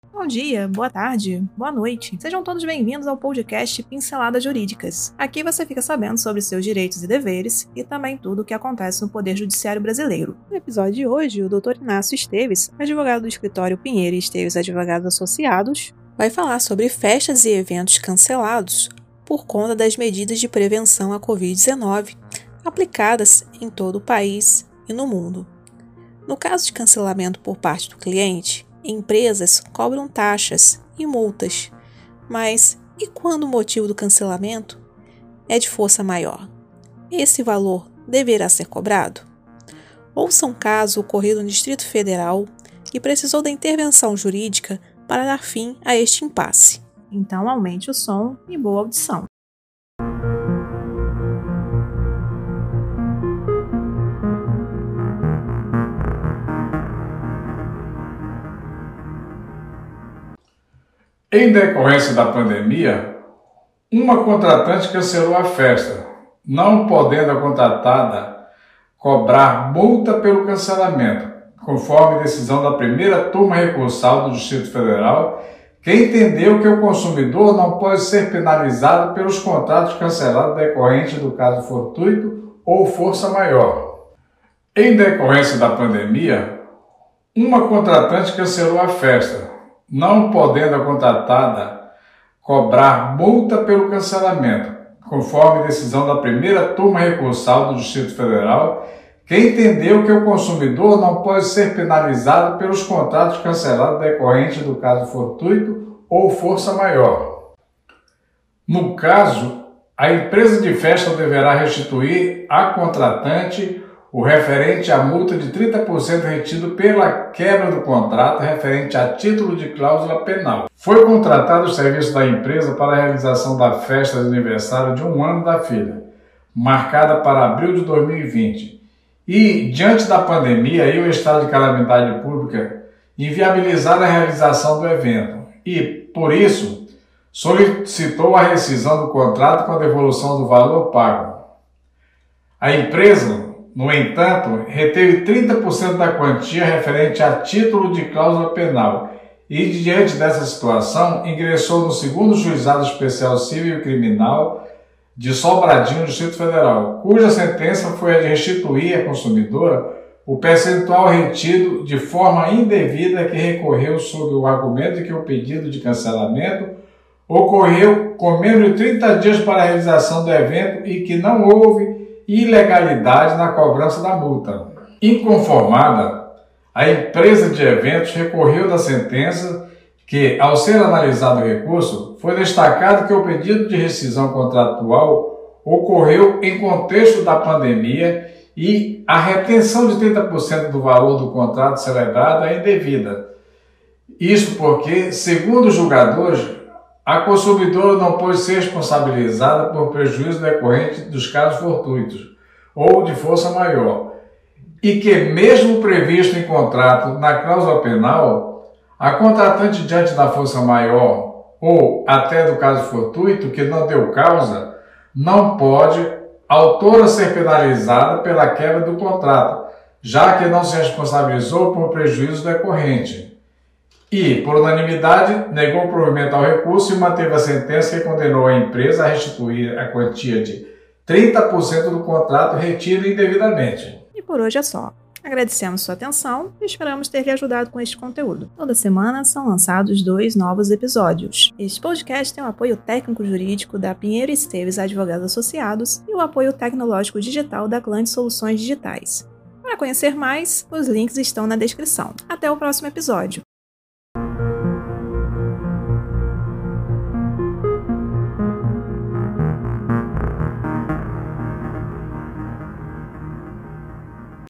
Bom dia, boa tarde, boa noite. Sejam todos bem-vindos ao podcast Pinceladas Jurídicas. Aqui você fica sabendo sobre seus direitos e deveres e também tudo o que acontece no Poder Judiciário Brasileiro. No episódio de hoje, o Dr. Inácio Esteves, advogado do escritório Pinheiro e Esteves Advogados Associados, vai falar sobre festas e eventos cancelados por conta das medidas de prevenção à Covid-19 aplicadas em todo o país e no mundo. No caso de cancelamento por parte do cliente, empresas cobram taxas e multas, mas e quando o motivo do cancelamento é de força maior? Esse valor deverá ser cobrado? Ouça um caso ocorrido no Distrito Federal que precisou da intervenção jurídica para dar fim a este impasse. Então aumente o som e boa audição. Em decorrência da pandemia, uma contratante cancelou a festa, não podendo a contratada cobrar multa pelo cancelamento, conforme decisão da primeira turma recursal do Distrito Federal, que entendeu que o consumidor não pode ser penalizado pelos contratos cancelados decorrentes do caso fortuito ou força maior. Em decorrência da pandemia, uma contratante cancelou a festa, não podendo a contratada cobrar multa pelo cancelamento, conforme decisão da primeira turma recursal do Distrito Federal, que entendeu que o consumidor não pode ser penalizado pelos contratos cancelados decorrentes do caso fortuito ou força maior. No caso, a empresa de festa deverá restituir à contratante o referente à multa de 30% retido pela quebra do contrato referente a título de cláusula penal. Foi contratado o serviço da empresa para a realização da festa de aniversário de 1 ano da filha, marcada para abril de 2020. E, diante da pandemia e o estado de calamidade pública, inviabilizaram a realização do evento e, por isso, solicitou a rescisão do contrato com a devolução do valor pago. A empresa, no entanto, reteve 30% da quantia referente a título de cláusula penal e, diante dessa situação, ingressou no 2º Juizado Especial Civil e Criminal de Sobradinho, Distrito Federal, cuja sentença foi a de restituir à consumidora o percentual retido de forma indevida que recorreu sob o argumento de que o pedido de cancelamento ocorreu com menos de 30 dias para a realização do evento e que não houve ilegalidade na cobrança da multa. Inconformada, a empresa de eventos recorreu da sentença que, ao ser analisado o recurso, foi destacado que o pedido de rescisão contratual ocorreu em contexto da pandemia e a retenção de 30% do valor do contrato celebrado é indevida. Isto porque, segundo os julgadores, a consumidora não pode ser responsabilizada por prejuízo decorrente dos casos fortuitos ou de força maior, e que, mesmo previsto em contrato na cláusula penal, a contratante diante da força maior ou até do caso fortuito que não deu causa, não pode autora ser penalizada pela quebra do contrato, já que não se responsabilizou por prejuízo decorrente. E, por unanimidade, negou o provimento ao recurso e manteve a sentença que condenou a empresa a restituir a quantia de 30% do contrato retido indevidamente. E por hoje é só. Agradecemos sua atenção e esperamos ter lhe ajudado com este conteúdo. Toda semana são lançados 2 novos episódios. Este podcast tem o apoio técnico-jurídico da Pinheiro e Esteves Advogados Associados e o apoio tecnológico digital da Clã de Soluções Digitais. Para conhecer mais, os links estão na descrição. Até o próximo episódio.